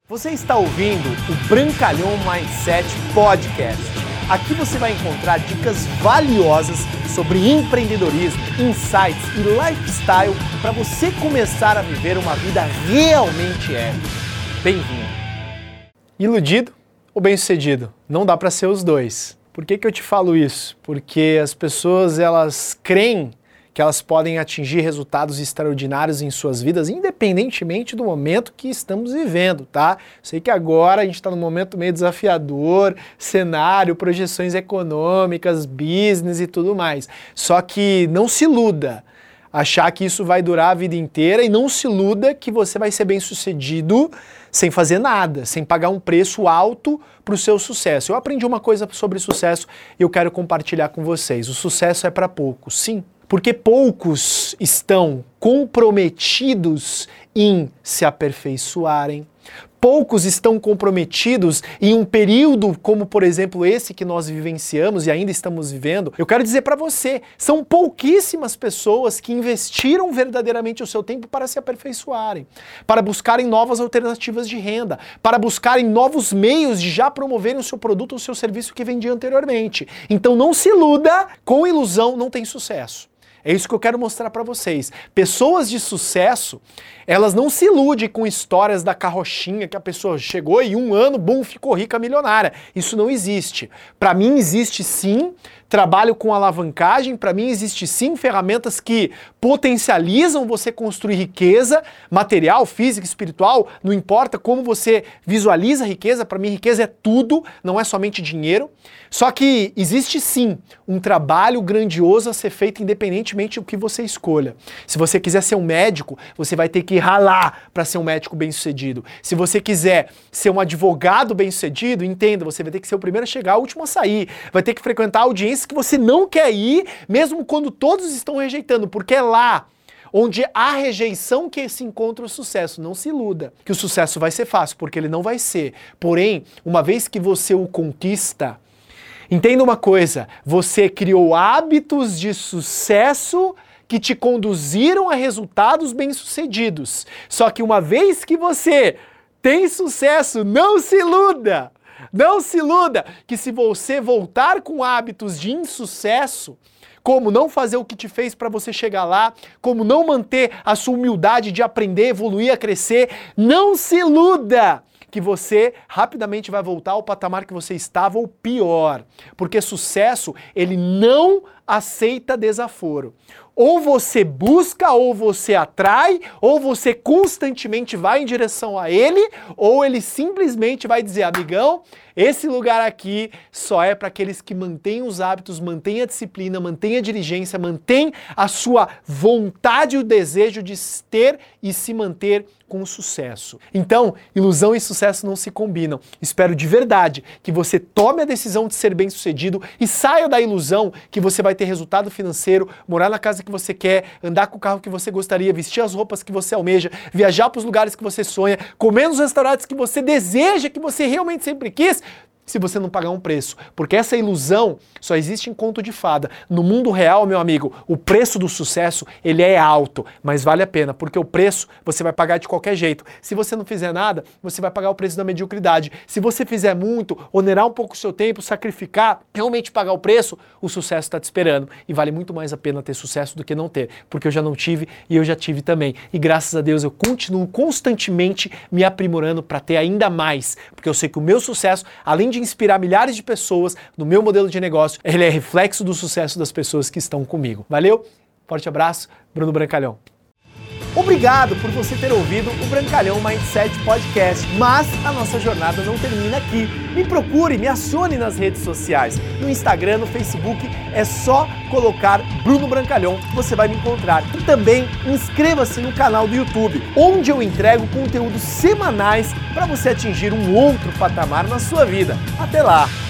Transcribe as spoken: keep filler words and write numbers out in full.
Você está ouvindo o Brancalhão Mindset Podcast. Aqui você vai encontrar dicas valiosas sobre empreendedorismo, insights e lifestyle para você começar a viver uma vida realmente épica. Bem-vindo! Iludido ou bem-sucedido? Não dá para ser os dois. Por que que eu te falo isso? Porque as pessoas elas creem que elas podem atingir resultados extraordinários em suas vidas, independentemente do momento que estamos vivendo, tá? Sei que agora a gente está num momento meio desafiador, cenário, projeções econômicas, business e tudo mais. Só que não se iluda achar que isso vai durar a vida inteira e não se iluda que você vai ser bem-sucedido sem fazer nada, sem pagar um preço alto para o seu sucesso. Eu aprendi uma coisa sobre sucesso e eu quero compartilhar com vocês. O sucesso é para poucos, sim. Porque poucos estão comprometidos em se aperfeiçoarem, poucos estão comprometidos em um período como, por exemplo, esse que nós vivenciamos e ainda estamos vivendo. Eu quero dizer para você, são pouquíssimas pessoas que investiram verdadeiramente o seu tempo para se aperfeiçoarem, para buscarem novas alternativas de renda, para buscarem novos meios de já promoverem o seu produto ou o seu serviço que vendia anteriormente. Então não se iluda, com ilusão não tem sucesso. É isso que eu quero mostrar para vocês. Pessoas de sucesso, elas não se iludem com histórias da carrochinha que a pessoa chegou e um ano, bum, ficou rica, milionária. Isso não existe. Para mim existe sim trabalho com alavancagem, para mim existe sim ferramentas que potencializam você construir riqueza, material, física, espiritual, não importa como você visualiza a riqueza, para mim riqueza é tudo, não é somente dinheiro. Só que existe sim um trabalho grandioso a ser feito independentemente do que você escolha. Se você quiser ser um médico, você vai ter que ralar para ser um médico bem-sucedido. Se você quiser ser um advogado bem-sucedido, entenda, você vai ter que ser o primeiro a chegar, o último a sair. Vai ter que frequentar audiências que você não quer ir, mesmo quando todos estão rejeitando, porque é lá onde há rejeição que se encontra o sucesso. Não se iluda que o sucesso vai ser fácil, porque ele não vai ser. Porém, uma vez que você o conquista, entenda uma coisa, você criou hábitos de sucesso que te conduziram a resultados bem-sucedidos. Só que uma vez que você tem sucesso, não se iluda! Não se iluda que se você voltar com hábitos de insucesso, como não fazer o que te fez para você chegar lá, como não manter a sua humildade de aprender, evoluir, a crescer, não se iluda que você rapidamente vai voltar ao patamar que você estava ou pior. Porque sucesso, ele não aceita desaforo. Ou você busca, ou você atrai, ou você constantemente vai em direção a ele, ou ele simplesmente vai dizer, amigão, esse lugar aqui só é para aqueles que mantêm os hábitos, mantêm a disciplina, mantêm a diligência, mantêm a sua vontade e o desejo de ter e se manter com sucesso. Então, ilusão e sucesso não se combinam. Espero de verdade que você tome a decisão de ser bem-sucedido e saia da ilusão que você vai ter resultado financeiro, morar na casa que você quer, andar com o carro que você gostaria, vestir as roupas que você almeja, viajar para os lugares que você sonha, comer nos restaurantes que você deseja, que você realmente sempre quis, se você não pagar um preço. Porque essa ilusão só existe em conto de fada. No mundo real, meu amigo, o preço do sucesso, ele é alto, mas vale a pena, porque o preço você vai pagar de qualquer jeito. Se você não fizer nada, você vai pagar o preço da mediocridade. Se você fizer muito, onerar um pouco o seu tempo, sacrificar, realmente pagar o preço, o sucesso está te esperando. E vale muito mais a pena ter sucesso do que não ter, porque eu já não tive e eu já tive também. E graças a Deus eu continuo constantemente me aprimorando para ter ainda mais, porque eu sei que o meu sucesso, além de de inspirar milhares de pessoas no meu modelo de negócio, ele é reflexo do sucesso das pessoas que estão comigo. Valeu? Forte abraço, Bruno Brancalhão. Obrigado por você ter ouvido o Brancalhão Mindset Podcast, mas a nossa jornada não termina aqui. Me procure, me acione nas redes sociais. No Instagram, no Facebook, é só colocar Bruno Brancalhão, você vai me encontrar. E também inscreva-se no canal do YouTube, onde eu entrego conteúdos semanais para você atingir um outro patamar na sua vida. Até lá!